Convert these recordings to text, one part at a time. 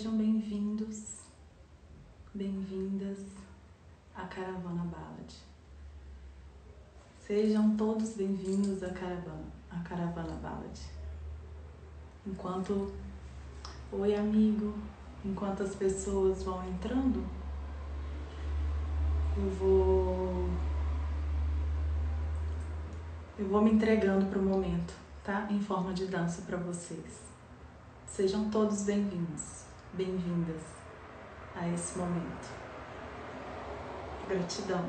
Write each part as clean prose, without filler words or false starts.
Sejam bem-vindos, bem-vindas à Caravana Ballad. Sejam todos bem-vindos à Caravana Ballad. Oi amigo, enquanto as pessoas vão entrando, eu vou me entregando para o momento, tá? Em forma de dança para vocês. Sejam todos bem-vindos, bem-vindas a esse momento. Gratidão.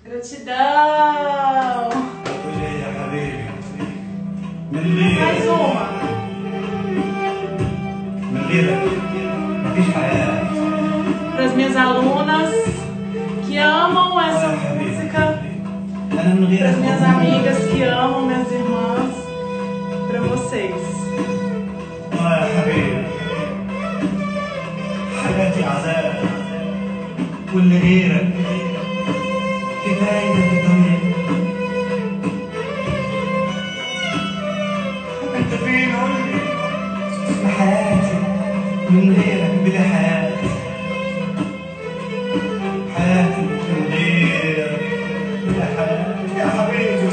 Gratidão! Mais uma! Para as minhas alunas que amam essa música, para as minhas amigas que amam, minhas irmãs, para vocês. حياتي عذاب واللي غيرك كفاية في الدنيا. انت فين قولي؟ حياتي من غيرك بلا حياة. حياتي من غيرك بلا حياة يا حبيبي.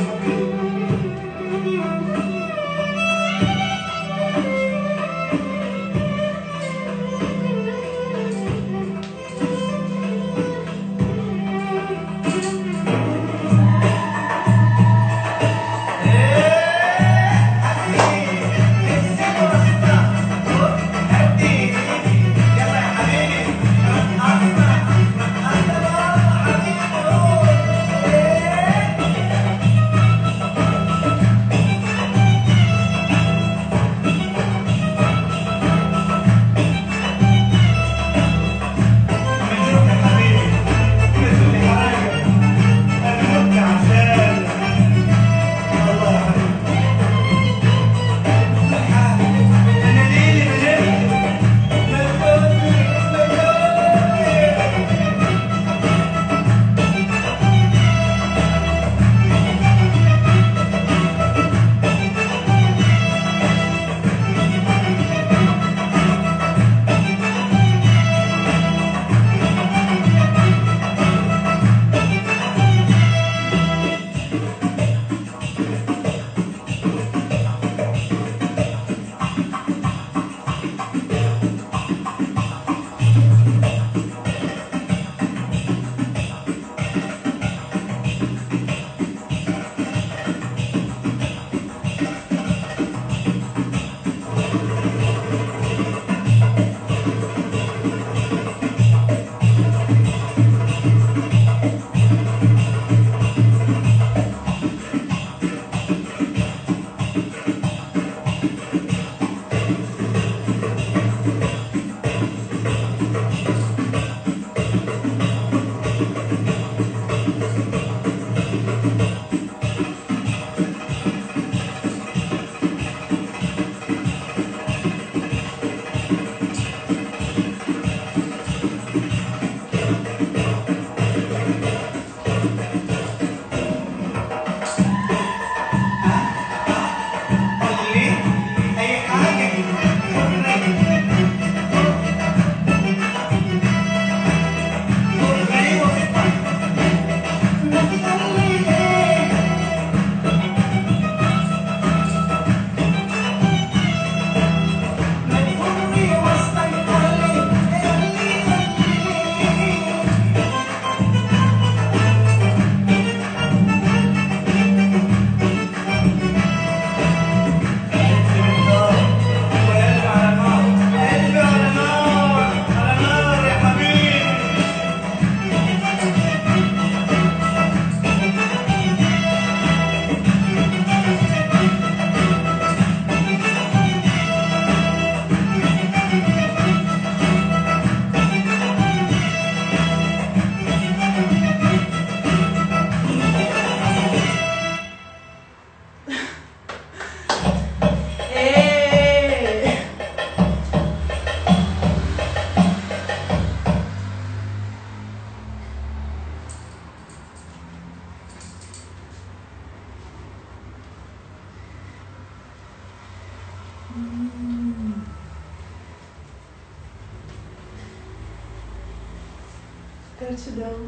Gratidão,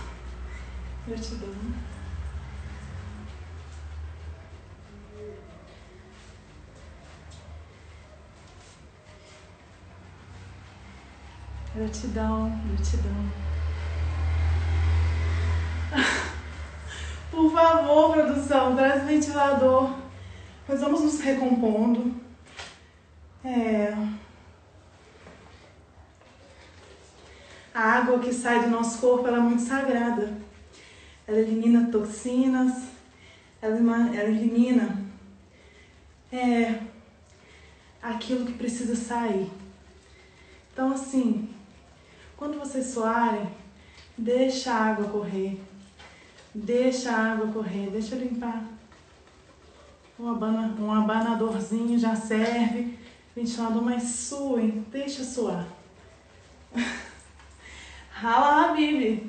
gratidão. Gratidão, gratidão. Por favor, produção, traz o ventilador. Nós vamos nos recompondo. A água que sai do nosso corpo, ela é muito sagrada. ela elimina toxinas, ela elimina aquilo que precisa sair. Então assim, quando vocês suarem, deixa a água correr. Deixa a água correr, deixa eu limpar. Um abanadorzinho já serve. Ventilador, mas suem, deixa suar. Rala, Bibi.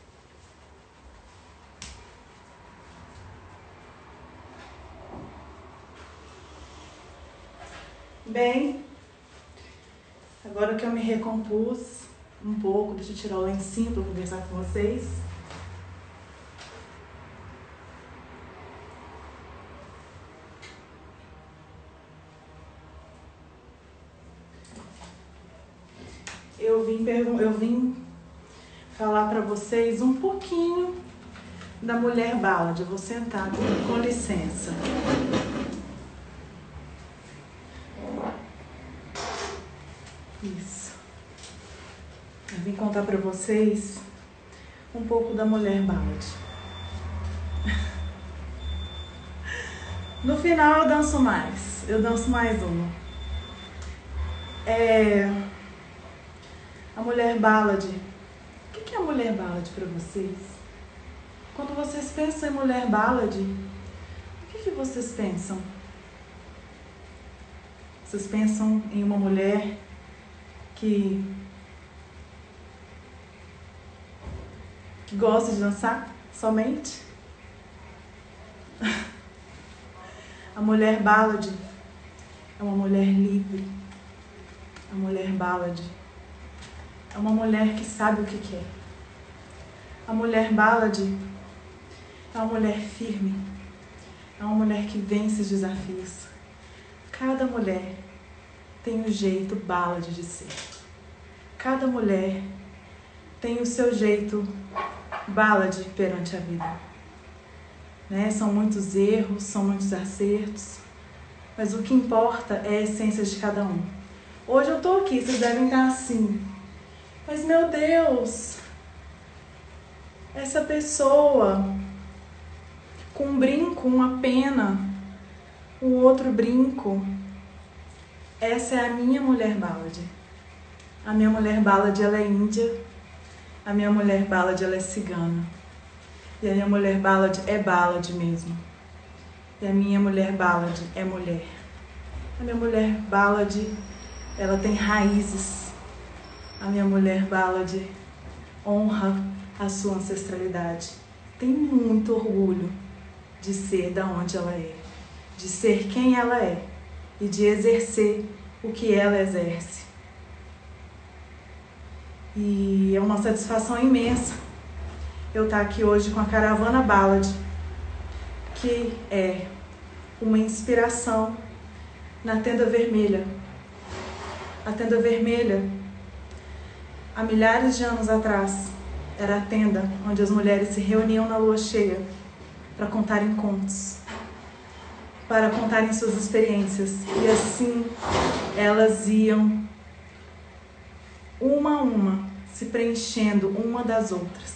Bem, agora que eu me recompus um pouco, deixa eu tirar o lencinho para conversar com vocês. Eu vim falar para vocês um pouquinho da mulher Ballad. Eu vou sentar, com licença. Isso. Eu vim contar para vocês um pouco da mulher Ballad. No final eu danço mais. Eu danço mais uma. A mulher Ballad. O que é a mulher Ballad para vocês? Quando vocês pensam em mulher Ballad, o que vocês pensam? Vocês pensam em uma mulher que gosta de dançar somente? A mulher Ballad é uma mulher livre. A mulher Ballad é uma mulher que sabe o que quer. A mulher Ballad é uma mulher firme. É uma mulher que vence os desafios. Cada mulher tem um jeito Ballad de ser. Cada mulher tem o seu jeito Ballad perante a vida. Né? São muitos erros, são muitos acertos, mas o que importa é a essência de cada um. Hoje eu tô aqui, vocês devem estar assim, mas meu Deus, essa pessoa com um brinco, uma pena, o outro brinco, essa é a minha mulher Ballad. A minha mulher Ballad, ela é índia, a minha mulher Ballad, ela é cigana. E a minha mulher Ballad é Ballad mesmo. E a minha mulher Ballad é mulher. A minha mulher Ballad, ela tem raízes. A minha mulher Ballad honra a sua ancestralidade. Tem muito orgulho de ser da onde ela é, de ser quem ela é e de exercer o que ela exerce. E é uma satisfação imensa eu estar aqui hoje com a Caravana Ballad, que é uma inspiração na Tenda Vermelha. A Tenda Vermelha, há milhares de anos atrás, era a tenda onde as mulheres se reuniam na lua cheia para contarem contos, para contarem suas experiências. E assim elas iam, uma a uma, se preenchendo uma das outras.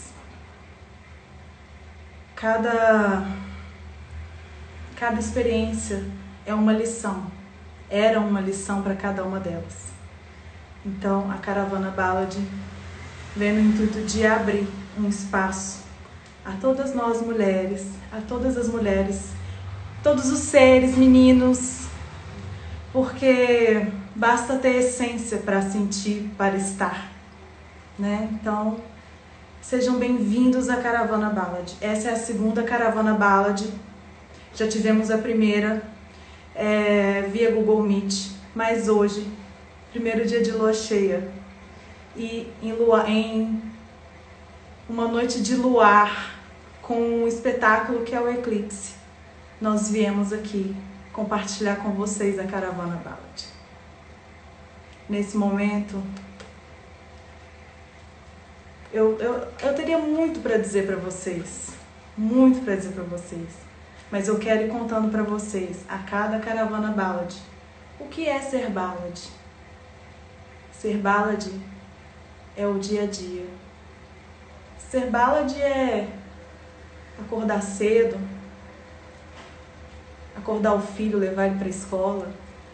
Cada experiência é uma lição, era uma lição para cada uma delas. Então a Caravana Ballad vem no intuito de abrir um espaço a todas nós mulheres, a todas as mulheres, todos os seres, meninos, porque basta ter essência para sentir, para estar, né? Então, sejam bem-vindos à Caravana Ballad. Essa é a segunda Caravana Ballad. Já tivemos a primeira via Google Meet, mas hoje, primeiro dia de lua cheia, e em uma noite de luar, com um espetáculo que é o eclipse, nós viemos aqui compartilhar com vocês a Caravana Ballad. Nesse momento, eu teria muito para dizer para vocês, mas eu quero ir contando para vocês a cada Caravana Ballad o que é ser Ballad. Ser Ballad é o dia a dia. Ser Ballad é acordar cedo, acordar o filho, levar ele para a escola.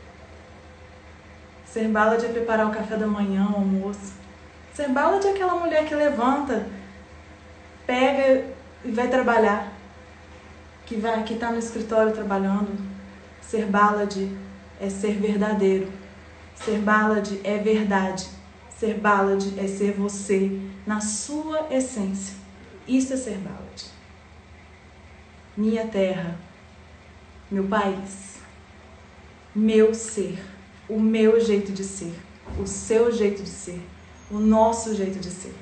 Ser Ballad é preparar o café da manhã, o almoço. Ser Ballad é aquela mulher que levanta, pega e vai trabalhar, que está no escritório trabalhando. Ser Ballad é ser verdadeiro. Ser Ballad é verdade. Ser Ballad é ser você na sua essência. Isso é ser Ballad. Minha terra, meu país, meu ser, o meu jeito de ser, o seu jeito de ser, o nosso jeito de ser.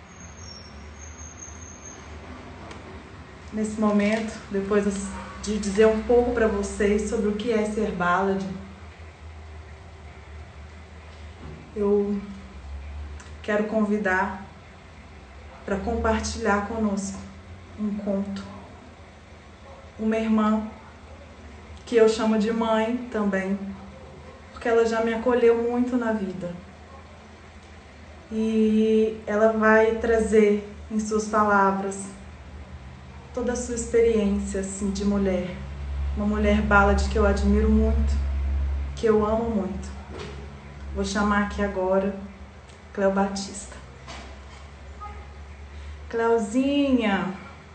Nesse momento, depois de dizer um pouco para vocês sobre o que é ser Ballad, eu quero convidar para compartilhar conosco um conto. Uma irmã que eu chamo de mãe também, porque ela já me acolheu muito na vida. E ela vai trazer em suas palavras toda a sua experiência assim, de mulher. Uma mulher Ballad que eu admiro muito, que eu amo muito. Vou chamar aqui agora Cleo Batista. Cleuzinha.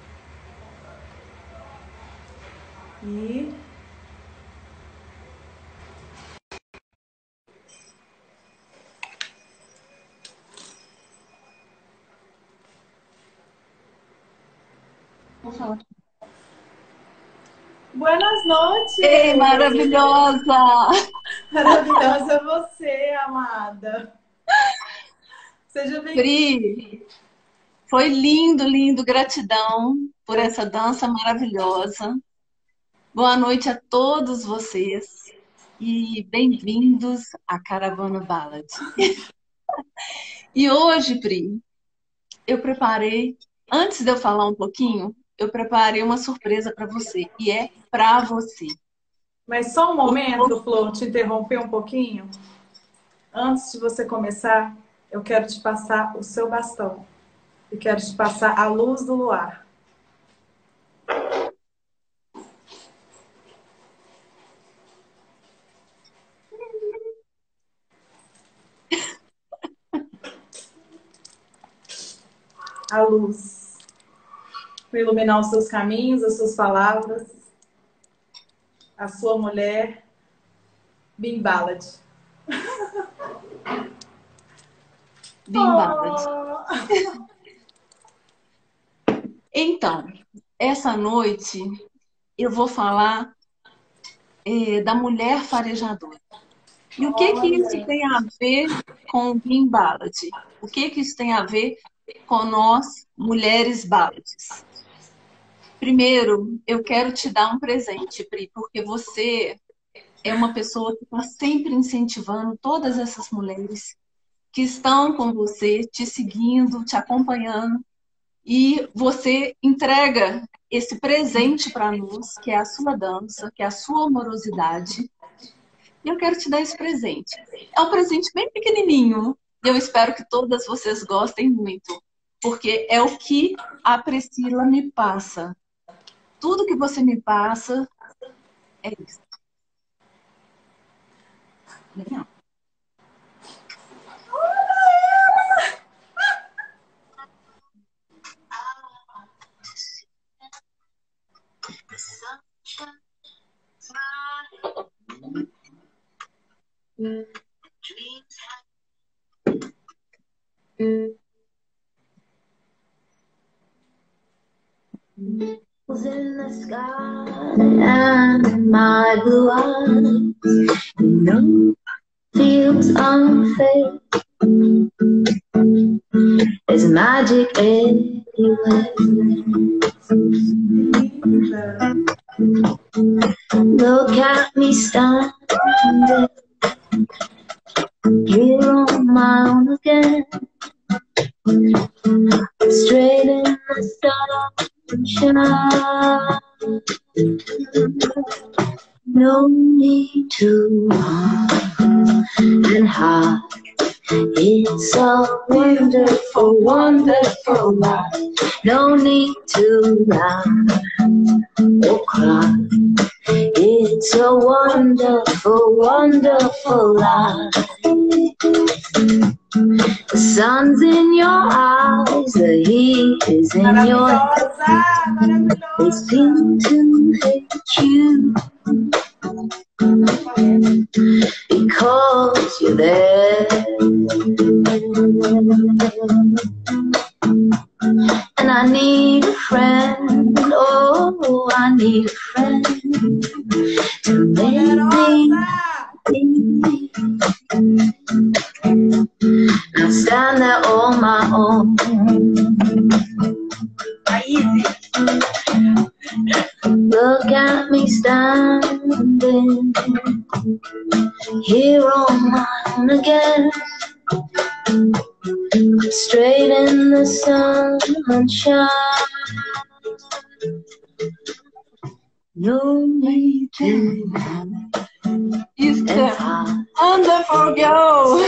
E... Buenas noches! Ei, maravilhosa! Maravilhosa você, amada. Seja bem-vinda. Pri, foi lindo, lindo. Gratidão por essa dança maravilhosa. Boa noite a todos vocês e bem-vindos à Caravana Ballad. E hoje, Pri, eu preparei, antes de eu falar um pouquinho, eu preparei uma surpresa para você e é para você. Mas só um momento, Flor, te interromper um pouquinho. Antes de você começar, eu quero te passar o seu bastão. E quero te passar a luz do luar. A luz. Para iluminar os seus caminhos, as suas palavras. A sua mulher, Bim Ballad. Bim Ballad. Então, essa noite eu vou falar da mulher farejadora. E o que isso tem a ver com o Bim Ballad? O que isso tem a ver com nós, mulheres Ballads? Primeiro, eu quero te dar um presente, Pri, porque você é uma pessoa que está sempre incentivando todas essas mulheres que estão com você, te seguindo, te acompanhando. E você entrega esse presente para nós, que é a sua dança, que é a sua amorosidade. E eu quero te dar esse presente. É um presente bem pequenininho. E eu espero que todas vocês gostem muito. Porque é o que a Priscila me passa. Tudo que você me passa é isso. Legal. In the sky and in my blue eyes, feels unfair. There's magic everywhere. Look at me standing here on my own again, straight in the sunshine. No need to run and hide It's a wonderful, wonderful life. No need to laugh or cry. It's a wonderful, wonderful life. The sun's in your eyes, the heat is in your head. They seem to hate you because you're there. And I need a friend, oh, I need a friend to make me. I stand there on my own. Look at me standing here on mine again, straight in the sunshine. No need to It's the wonderful girl.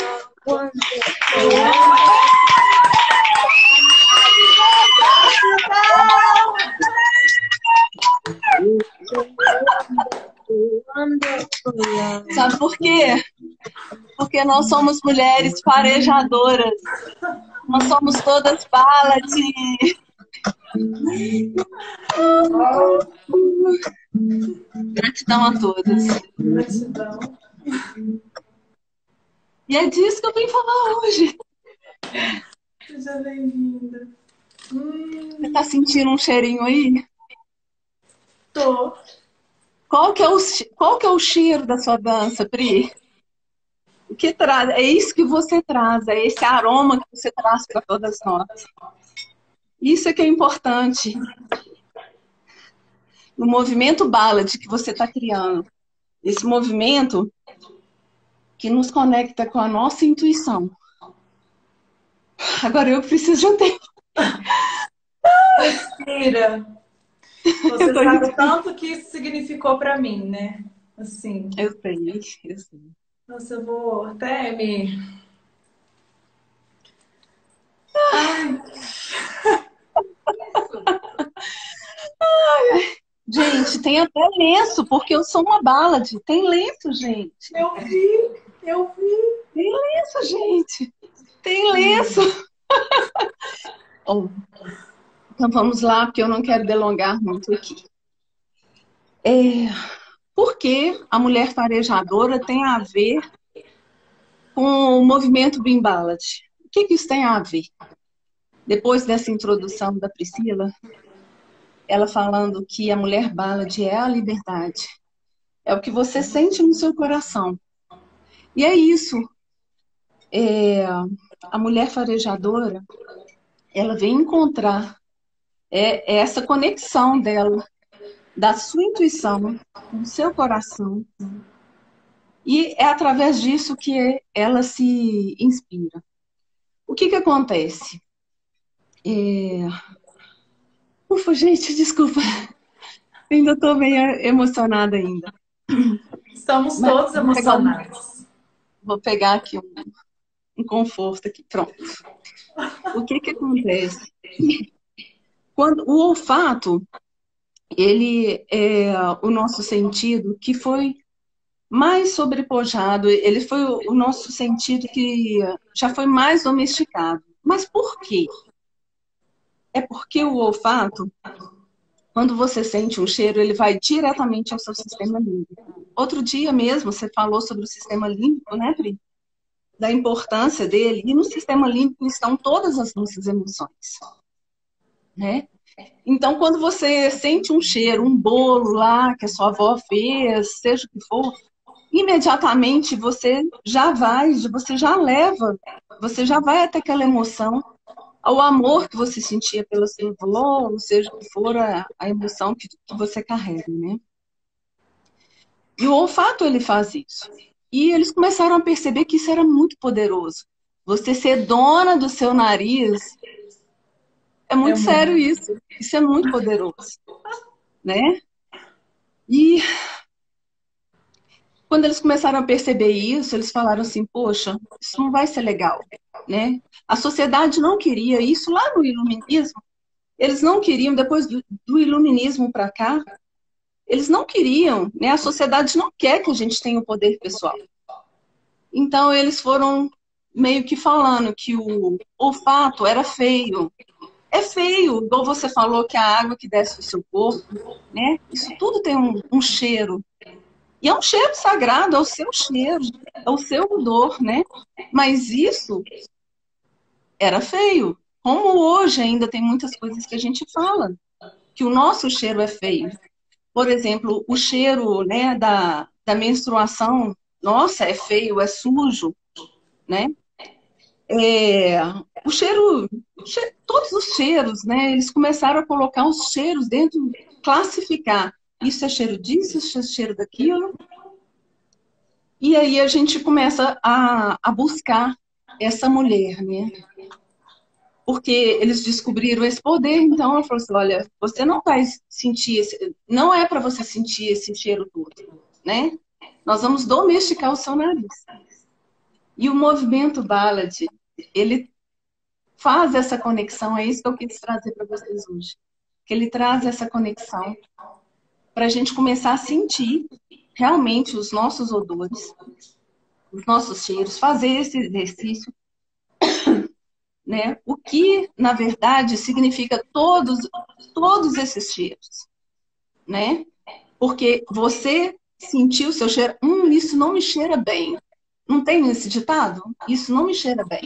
Sabe por quê? Porque nós somos mulheres farejadoras. Nós somos todas ballad. Gratidão a todas. Gratidão. E é disso que eu vim falar hoje. Seja bem-vinda. Você tá sentindo um cheirinho aí? Tô. Qual que é o cheiro da sua dança, Pri? O que traz? É isso que você traz, é esse aroma que você traz para todas nós. Isso é que é importante. No movimento ballad que você está criando. Esse movimento que nos conecta com a nossa intuição. Agora eu preciso de um tempo. Respira. Você sabe o tanto que isso significou pra mim, né? Assim. Eu sei. Nossa, eu vou até me... Ai. Gente, tem até lenço, porque eu sou uma ballad. Tem lenço, gente. Eu vi. Tem lenço, gente. Tem lenço. Oh. Então vamos lá, porque eu não quero delongar muito aqui. Por que a mulher farejadora tem a ver com o movimento Bim Ballad? O que isso tem a ver? Depois dessa introdução da Priscila, ela falando que a mulher ballad é a liberdade. É o que você sente no seu coração. E é isso. A mulher farejadora, ela vem encontrar essa conexão dela, da sua intuição, com o seu coração. E é através disso que ela se inspira. O que acontece? Ufa, gente, desculpa. Ainda estou meio emocionada ainda. Estamos todos emocionados. Vou pegar aqui um conforto aqui. Pronto. O que acontece? Quando o olfato, ele é o nosso sentido que foi mais sobrepujado, ele foi o nosso sentido que já foi mais domesticado. Mas por quê? É porque o olfato, quando você sente um cheiro, ele vai diretamente ao seu sistema límbico. Outro dia mesmo, você falou sobre o sistema límbico, né, Pri? Da importância dele. E no sistema límbico estão todas as nossas emoções. Né? Então, quando você sente um cheiro, um bolo lá que a sua avó fez, seja o que for, imediatamente você já leva, você já vai até aquela emoção, ao amor que você sentia pela sua avó, ou seja o que for a emoção que você carrega, né? E o olfato, ele faz isso. E eles começaram a perceber que isso era muito poderoso. Você ser dona do seu nariz, é muito sério isso. Isso é muito poderoso, né? E Quando eles começaram a perceber isso, eles falaram assim, poxa, isso não vai ser legal, né? A sociedade não queria isso lá no iluminismo. Eles não queriam, depois do iluminismo para cá, eles não queriam, né? A sociedade não quer que a gente tenha o poder pessoal. Então, eles foram meio que falando que o olfato era feio. É feio, igual você falou que a água que desce do seu corpo, né? Isso tudo tem um cheiro. E é um cheiro sagrado, é o seu cheiro, é o seu odor, né? Mas isso era feio. Como hoje ainda tem muitas coisas que a gente fala, que o nosso cheiro é feio. Por exemplo, o cheiro, né, da menstruação, nossa, é feio, é sujo, né? É, todos os cheiros, né? Eles começaram a colocar os cheiros dentro, classificar. Isso é cheiro disso, isso é cheiro daquilo. E aí a gente começa a buscar essa mulher, né? Porque eles descobriram esse poder, então ela falou assim, olha, você não vai sentir não é para você sentir esse cheiro todo, né? Nós vamos domesticar o seu nariz. E o movimento Ballad, ele faz essa conexão, é isso que eu quis trazer para vocês hoje. Que ele traz essa conexão para a gente começar a sentir realmente os nossos odores, os nossos cheiros, fazer esse exercício, né? O que, na verdade, significa todos esses cheiros, né? Porque você sentiu o seu cheiro, isso não me cheira bem. Não tem esse ditado? Isso não me cheira bem.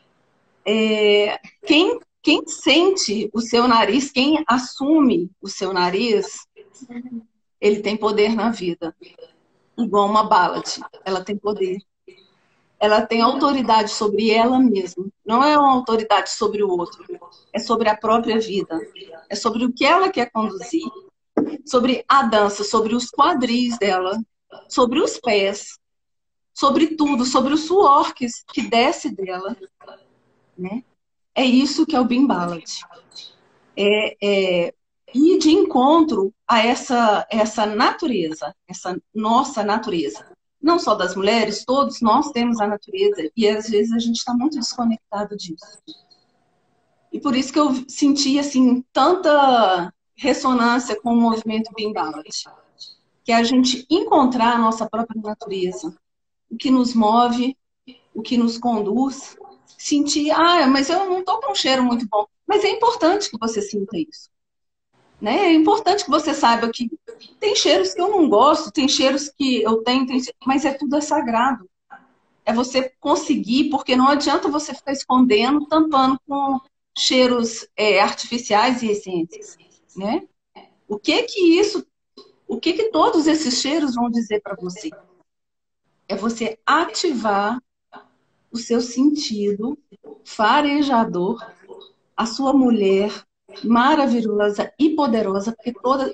Quem sente o seu nariz, quem assume o seu nariz, ele tem poder na vida. Igual uma Ballad, ela tem poder. Ela tem autoridade sobre ela mesma. Não é uma autoridade sobre o outro. É sobre a própria vida. É sobre o que ela quer conduzir. Sobre a dança, sobre os quadris dela, sobre os pés, sobre tudo, sobre o suor que desce dela, né? É isso que é o Bean Ballad. Ir de encontro a essa natureza, essa nossa natureza. Não só das mulheres, todos nós temos a natureza e às vezes a gente está muito desconectado disso. E por isso que eu senti assim tanta ressonância com o movimento Bean Ballad, que é a gente encontrar a nossa própria natureza, o que nos move, o que nos conduz, sentir, mas eu não estou com um cheiro muito bom. Mas é importante que você sinta isso. Né? É importante que você saiba que tem cheiros que eu não gosto, tem cheiros que eu tenho, mas tudo é sagrado. É você conseguir, porque não adianta você ficar escondendo, tampando com cheiros artificiais e essências. Né? O que todos esses cheiros vão dizer para você? É você ativar o seu sentido farejador, a sua mulher maravilhosa e poderosa, porque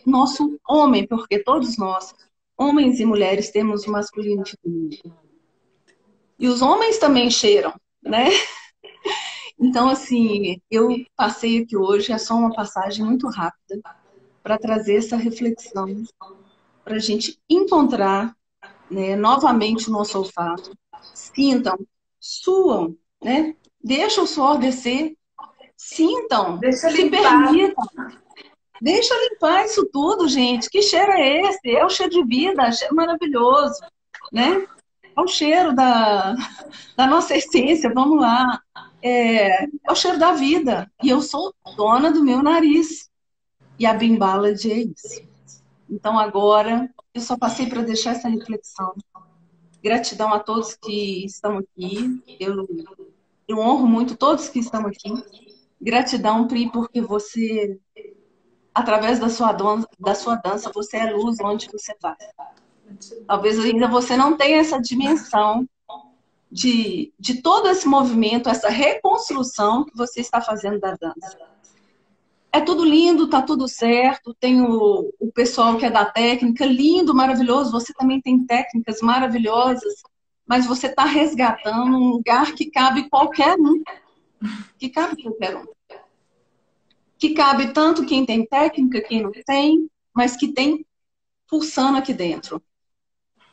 porque todos nós, homens e mulheres, temos o masculino e feminino. E os homens também cheiram, né? Então, assim, eu passei aqui hoje, é só uma passagem muito rápida, para trazer essa reflexão, para a gente encontrar, né, novamente o nosso olfato. Sintam, suam, né? Deixa o suor descer, sintam, se permitam. Deixa limpar isso tudo, gente. Que cheiro é esse? É o cheiro de vida, é um cheiro maravilhoso, né? É o cheiro da nossa essência, vamos lá. É o cheiro da vida. E eu sou dona do meu nariz. E a Bean Ballad é isso. Então agora, eu só passei para deixar essa reflexão. Gratidão a todos que estão aqui. Eu honro muito todos que estão aqui. Gratidão, Pri, porque você, através da sua dança, você é luz onde você vai. Talvez ainda você não tenha essa dimensão de todo esse movimento, essa reconstrução que você está fazendo da dança. É tudo lindo, tá tudo certo, tem o pessoal que é da técnica, lindo, maravilhoso, você também tem técnicas maravilhosas, mas você está resgatando um lugar que cabe qualquer um. Que cabe qualquer um. Que cabe tanto quem tem técnica, quem não tem, mas que tem pulsando aqui dentro.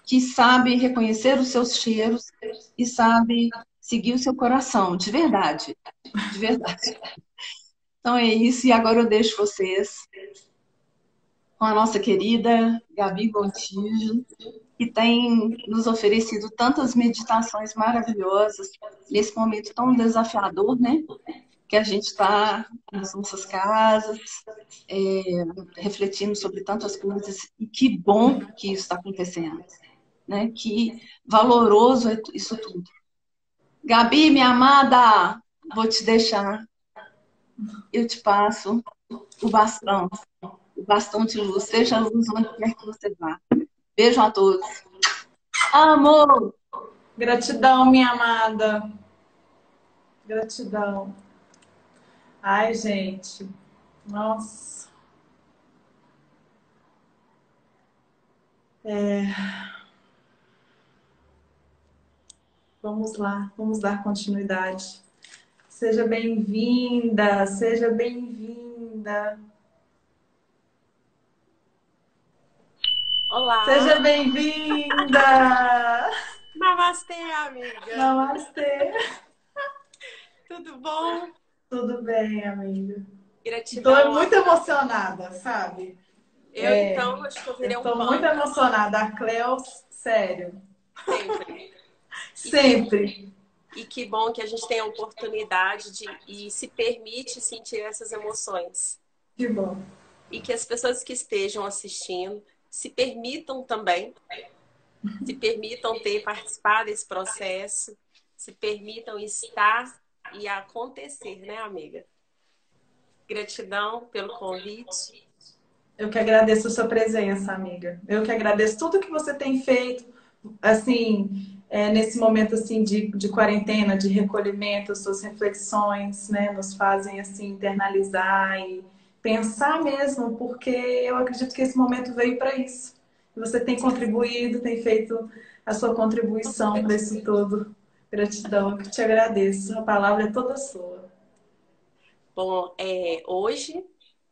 que sabe reconhecer os seus cheiros e sabe seguir o seu coração, de verdade, de verdade. Então é isso, e agora eu deixo vocês com a nossa querida Gabi Gontijo, que tem nos oferecido tantas meditações maravilhosas nesse momento tão desafiador, né? Que a gente está nas nossas casas, refletindo sobre tantas coisas, e que bom que isso está acontecendo, né? Que valoroso é isso tudo. Gabi, minha amada, vou te deixar, eu te passo o bastão de luz, seja a luz onde quer que você vá. Beijo a todos. Amor! Gratidão, minha amada. Gratidão. Ai, gente. Nossa. Vamos lá, vamos dar continuidade. Seja bem-vinda, seja bem-vinda. Olá! Seja bem-vinda! Namastê, amiga! Namastê! Tudo bom? Tudo bem, amiga? Gratidão. Estou muito emocionada, sabe? Então, acho que eu virei um Estou pano. muito emocionada. A Cleus, sério. Sempre. Sempre. E que bom que a gente tem a oportunidade e se permite sentir essas emoções. Que bom. E que as pessoas que estejam assistindo se permitam também, se permitam participar desse processo, se permitam estar e acontecer, né, amiga? Gratidão pelo convite. Eu que agradeço a sua presença, amiga. Eu que agradeço tudo que você tem feito, assim, nesse momento assim de quarentena, de recolhimento, suas reflexões, né, nos fazem assim internalizar e pensar mesmo, porque eu acredito que esse momento veio para isso. E você tem contribuído, tem feito a sua contribuição para isso tudo. Gratidão, eu te agradeço. A palavra é toda sua. Bom, hoje,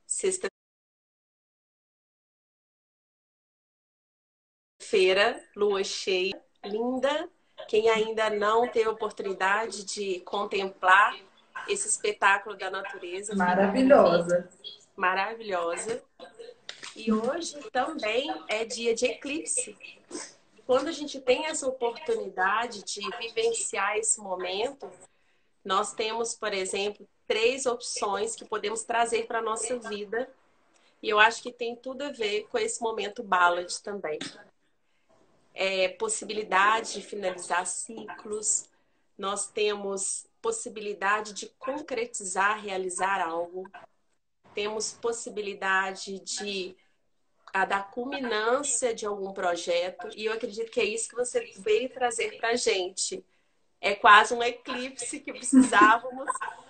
sexta-feira, lua cheia, linda. Quem ainda não teve a oportunidade de contemplar esse espetáculo da natureza. Maravilhosa. Maravilhosa. E hoje também é dia de eclipse. Quando a gente tem essa oportunidade de vivenciar esse momento, nós temos, por exemplo, 3 opções que podemos trazer para a nossa vida. E eu acho que tem tudo a ver com esse momento Ballad também. Possibilidade de finalizar ciclos, nós temos possibilidade de concretizar, realizar algo, temos possibilidade da culminância de algum projeto, e eu acredito que é isso que você veio trazer para a gente. É quase um eclipse que precisávamos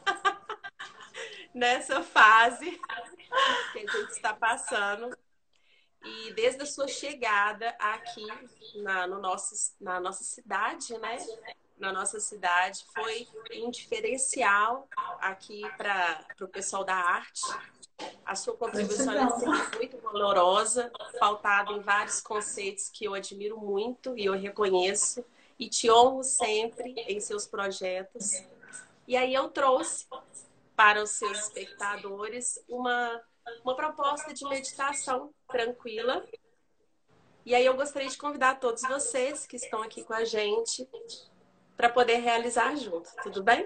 nessa fase que a gente está passando. E desde a sua chegada aqui na nossa cidade, né? Na nossa cidade, foi um diferencial aqui para o pessoal da arte. A sua contribuição é sempre muito valorosa, pautada em vários conceitos que eu admiro muito e eu reconheço. E te honro sempre em seus projetos. E aí eu trouxe para os seus espectadores uma proposta de meditação tranquila. E aí eu gostaria de convidar todos vocês que estão aqui com a gente para poder realizar junto, tudo bem?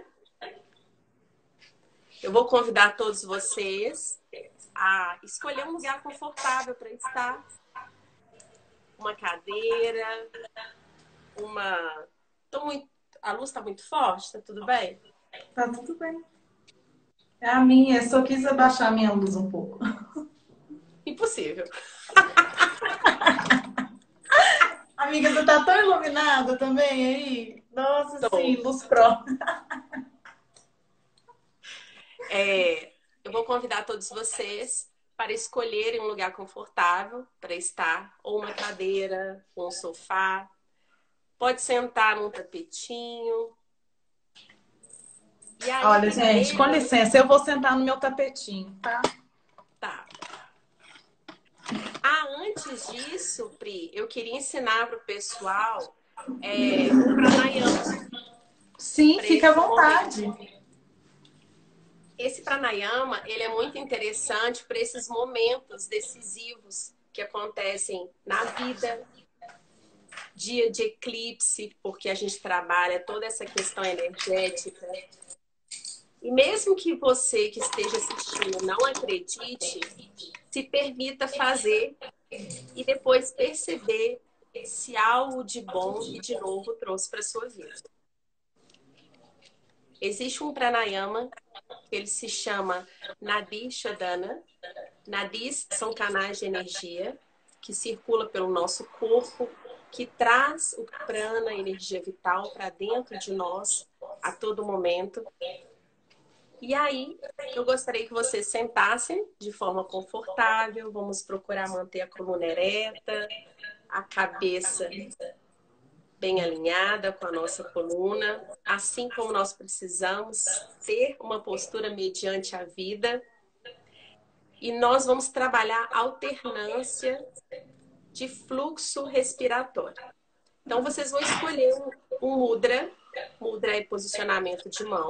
Eu vou convidar todos vocês a escolher um lugar confortável para estar. Uma cadeira, A luz está muito forte? Tá tudo bem? Tá tudo bem. É a minha, eu só quis abaixar a minha luz um pouco. Impossível. Amiga, você tá tão iluminada também aí? Nossa, sim, luz própria. Eu vou convidar todos vocês para escolherem um lugar confortável para estar, ou uma cadeira, ou um sofá. Pode sentar num tapetinho. E aí, olha, gente, com licença, eu vou sentar no meu tapetinho, tá? Tá. Antes antes disso, Pri, eu queria ensinar para o pessoal o pranayama. Sim, fica à vontade. Esse pranayama, ele é muito interessante para esses momentos decisivos que acontecem na vida, dia de eclipse, porque a gente trabalha toda essa questão energética. E mesmo que você que esteja assistindo não acredite, se permita fazer e depois perceber se algo de bom e de novo trouxe para sua vida. Existe um pranayama que ele se chama Nadi Shodhana. Nadis são canais de energia que circula pelo nosso corpo, que traz o prana, a energia vital, para dentro de nós a todo momento. E aí, eu gostaria que vocês sentassem de forma confortável. Vamos procurar manter a coluna ereta, a cabeça bem alinhada com a nossa coluna, assim como nós precisamos ter uma postura mediante a vida. E nós vamos trabalhar alternância de fluxo respiratório. Então, vocês vão escolher um mudra. Mudra é posicionamento de mão.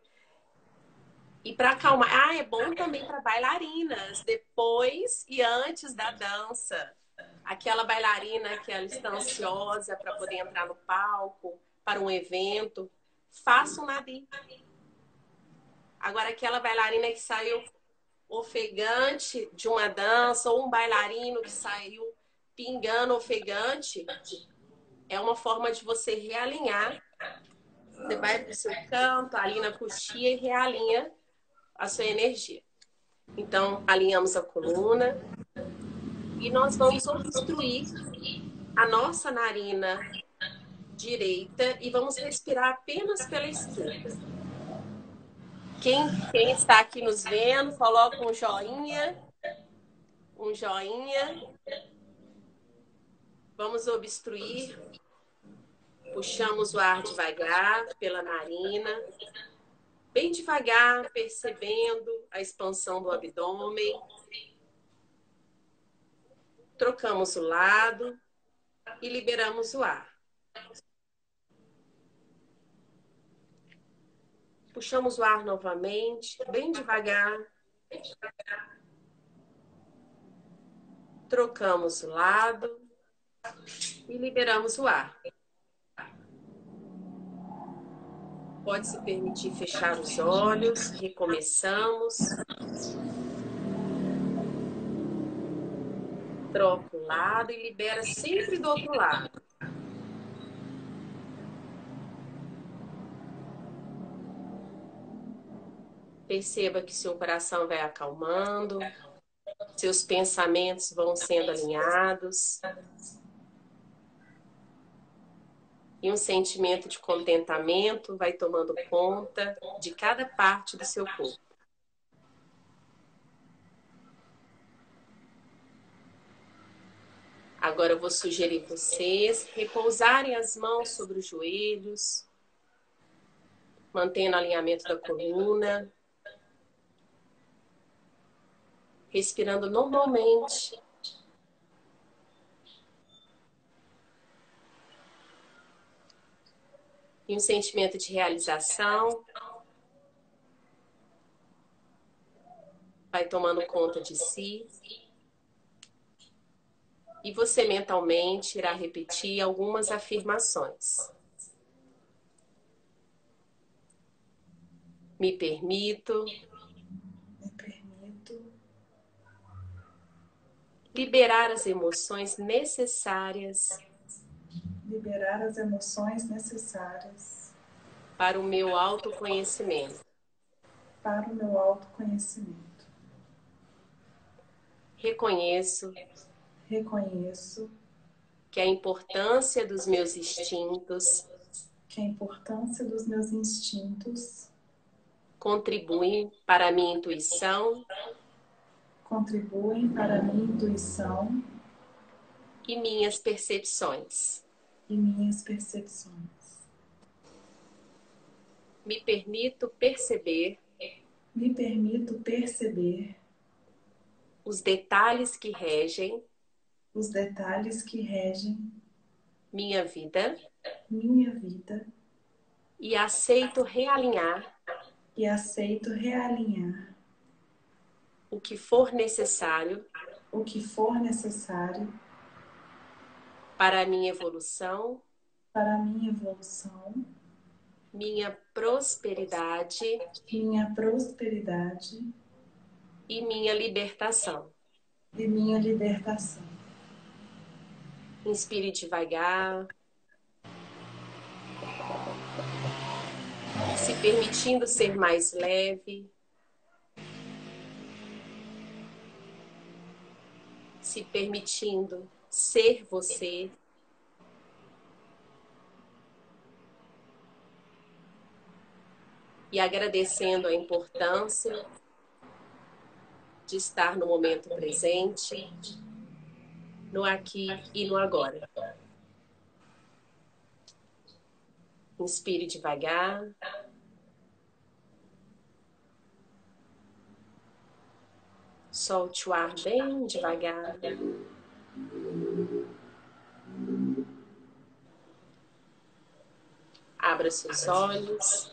E para acalmar, é bom também para bailarinas, depois e antes da dança. Aquela bailarina que ela está ansiosa para poder entrar no palco, para um evento, faça um nadi. Agora, aquela bailarina que saiu ofegante de uma dança, ou um bailarino que saiu pingando ofegante, é uma forma de você realinhar. Você vai para o seu canto, ali na coxia e realinha a sua energia. Então, alinhamos a coluna e nós vamos obstruir a nossa narina direita e vamos respirar apenas pela esquerda. Quem está aqui nos vendo, coloca um joinha. Um joinha. Vamos obstruir. Puxamos o ar devagar pela narina. Bem devagar, percebendo a expansão do abdômen. Trocamos o lado e liberamos o ar. Puxamos o ar novamente, bem devagar. Trocamos o lado e liberamos o ar. Pode se permitir fechar os olhos, recomeçamos. Troca o lado e libera sempre do outro lado. Perceba que seu coração vai acalmando, seus pensamentos vão sendo alinhados. E um sentimento de contentamento vai tomando conta de cada parte do seu corpo. Agora eu vou sugerir vocês repousarem as mãos sobre os joelhos, mantendo o alinhamento da coluna, respirando normalmente. E um sentimento de realização vai tomando conta de si. E você mentalmente irá repetir algumas afirmações. Me permito. Me permito Liberar as emoções necessárias. liberar as emoções necessárias Para o meu autoconhecimento. para o meu autoconhecimento. Reconheço Reconheço que a importância dos meus instintos que a importância dos meus instintos contribuem para a minha intuição contribuem para a minha intuição e minhas percepções. e minhas percepções. Me permito perceber Me permito perceber os detalhes que regem os detalhes que regem minha vida minha vida e aceito realinhar e aceito realinhar o que for necessário o que for necessário para a minha evolução, para a minha evolução, minha prosperidade minha prosperidade e minha libertação. e minha libertação. Inspire devagar, se permitindo ser mais leve, se permitindo ser você. E agradecendo a importância de estar no momento presente, no aqui e no agora. Inspire devagar. Solte o ar bem devagar. Abra seus olhos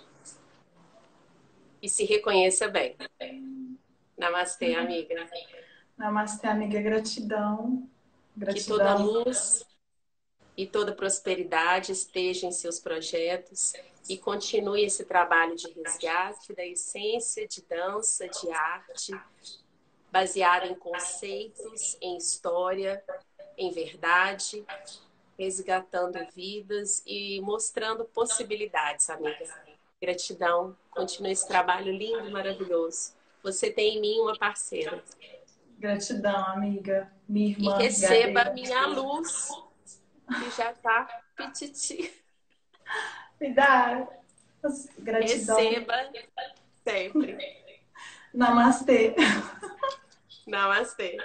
e se reconheça bem. Namastê, amiga. Namastê, amiga. Gratidão. Que toda Gratidão. luz e toda prosperidade esteja em seus projetos e continue esse trabalho de resgate da essência de dança, de arte, baseada em conceitos, em história, em verdade, resgatando vidas e mostrando possibilidades, amiga. Gratidão. Continue esse trabalho lindo e maravilhoso. Você tem em mim uma parceira. Gratidão, amiga. Minha E irmã, receba a Gabi. minha luz, que já está pititi. Me dá. Gratidão. Receba sempre. Namastê. Namastê.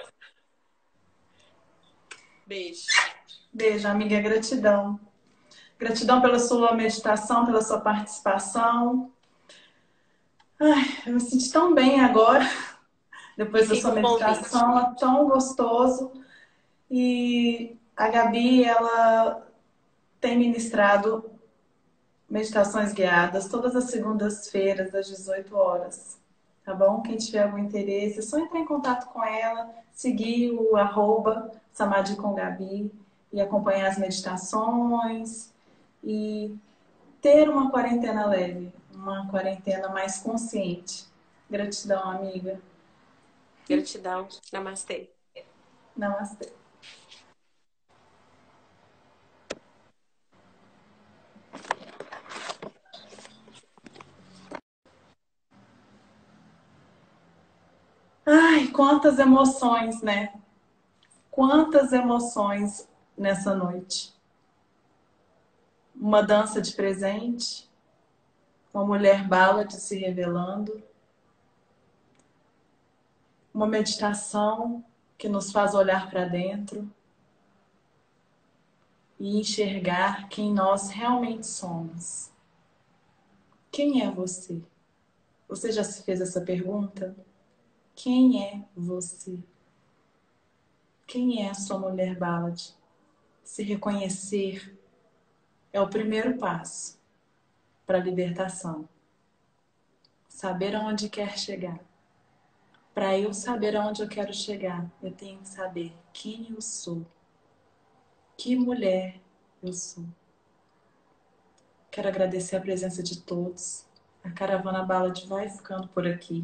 Beijo. Beijo, amiga. Gratidão. Gratidão pela sua meditação, pela sua participação. Ai, eu me senti tão bem agora, depois da sua Fica o meditação, é tão gostoso. E a Gabi, ela tem ministrado meditações guiadas todas as segundas-feiras, às 18 horas. Tá bom? Quem tiver algum interesse, é só entrar em contato com ela, seguir o @Samadhi com Gabi e acompanhar as meditações e ter uma quarentena leve, uma quarentena mais consciente. Gratidão, amiga. Gratidão. Namastê. Namastê. Ai, quantas emoções, né? Quantas emoções nessa noite. Uma dança de presente, uma mulher bala se revelando, uma meditação que nos faz olhar para dentro e enxergar quem nós realmente somos. Quem é você? Você já se fez essa pergunta? Quem é você? Quem é a sua mulher Ballad? Se reconhecer é o primeiro passo para a libertação. Saber aonde quer chegar. Para eu saber aonde eu quero chegar, eu tenho que saber quem eu sou. Que mulher eu sou. Quero agradecer a presença de todos. A Caravana Ballad vai ficando por aqui.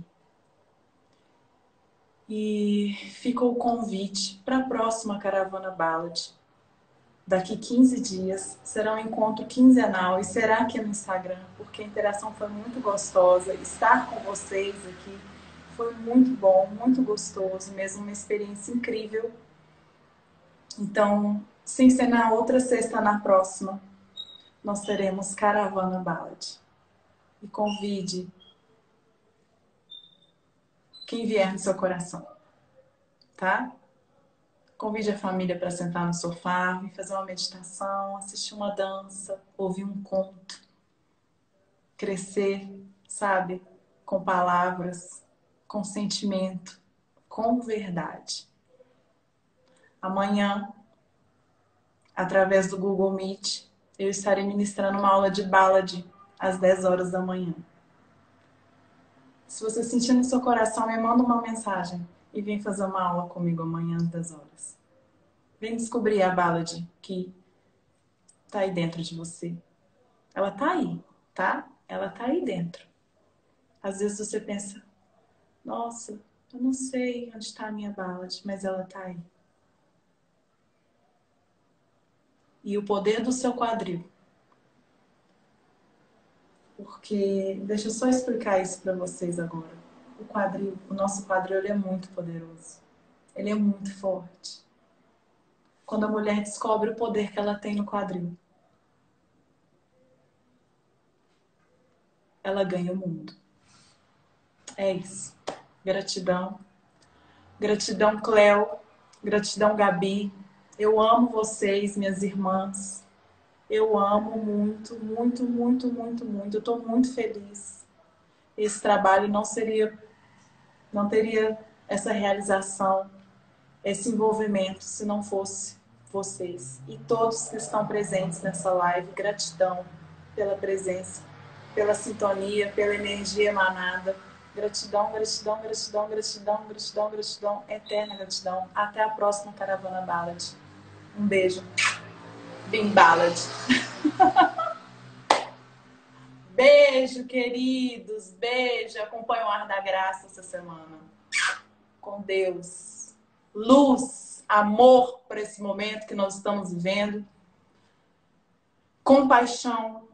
E fica o convite para a próxima Caravana Ballad. Daqui 15 dias será um encontro quinzenal e será aqui no Instagram, porque a interação foi muito gostosa. Estar com vocês aqui foi muito bom, muito gostoso, mesmo uma experiência incrível. Então, sem ser na outra sexta, na próxima, nós teremos Caravana Ballad. E convide quem vier no seu coração, tá? Convide a família para sentar no sofá, vir fazer uma meditação, assistir uma dança, ouvir um conto, crescer, sabe? Com palavras, com sentimento, com verdade. Amanhã, através do Google Meet, eu estarei ministrando uma aula de ballad às 10 horas da manhã. Se você sentir no seu coração, me manda uma mensagem e vem fazer uma aula comigo amanhã às 10 horas. Vem descobrir a ballad que tá aí dentro de você. Ela tá aí, tá? Ela tá aí dentro. Às vezes você pensa, nossa, eu não sei onde está a minha ballad, mas ela tá aí. E o poder do seu quadril. Porque, deixa eu só explicar isso para vocês agora. O quadril, o nosso quadril, ele é muito poderoso. Ele é muito forte. Quando a mulher descobre o poder que ela tem no quadril, ela ganha o mundo. É isso. Gratidão. Gratidão, Cleo. Gratidão, Gabi. Eu amo vocês, minhas irmãs. Eu amo muito, muito, muito, muito, muito. Eu estou muito feliz. Esse trabalho não teria essa realização, esse envolvimento, se não fosse vocês. E todos que estão presentes nessa live, gratidão pela presença, pela sintonia, pela energia emanada. Gratidão, gratidão, gratidão, gratidão, gratidão, gratidão, eterna gratidão. Até a próxima Caravana Ballad. Um beijo. Bim Ballad. Beijo, queridos. Beijo. Acompanhe o Ar da Graça essa semana. Com Deus. Luz, amor para esse momento que nós estamos vivendo. Compaixão.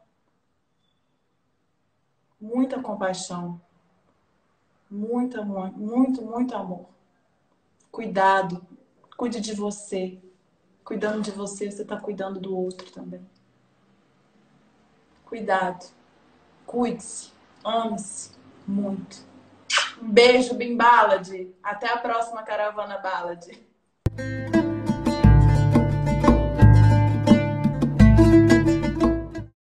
Muita compaixão. Muito amor. Muito, muito amor. Cuidado. Cuide de você. Cuidando de você, você está cuidando do outro também. Cuidado. Cuide-se. Ame-se. Muito. Um beijo, Bim Ballad. Até a próxima Caravana Ballad.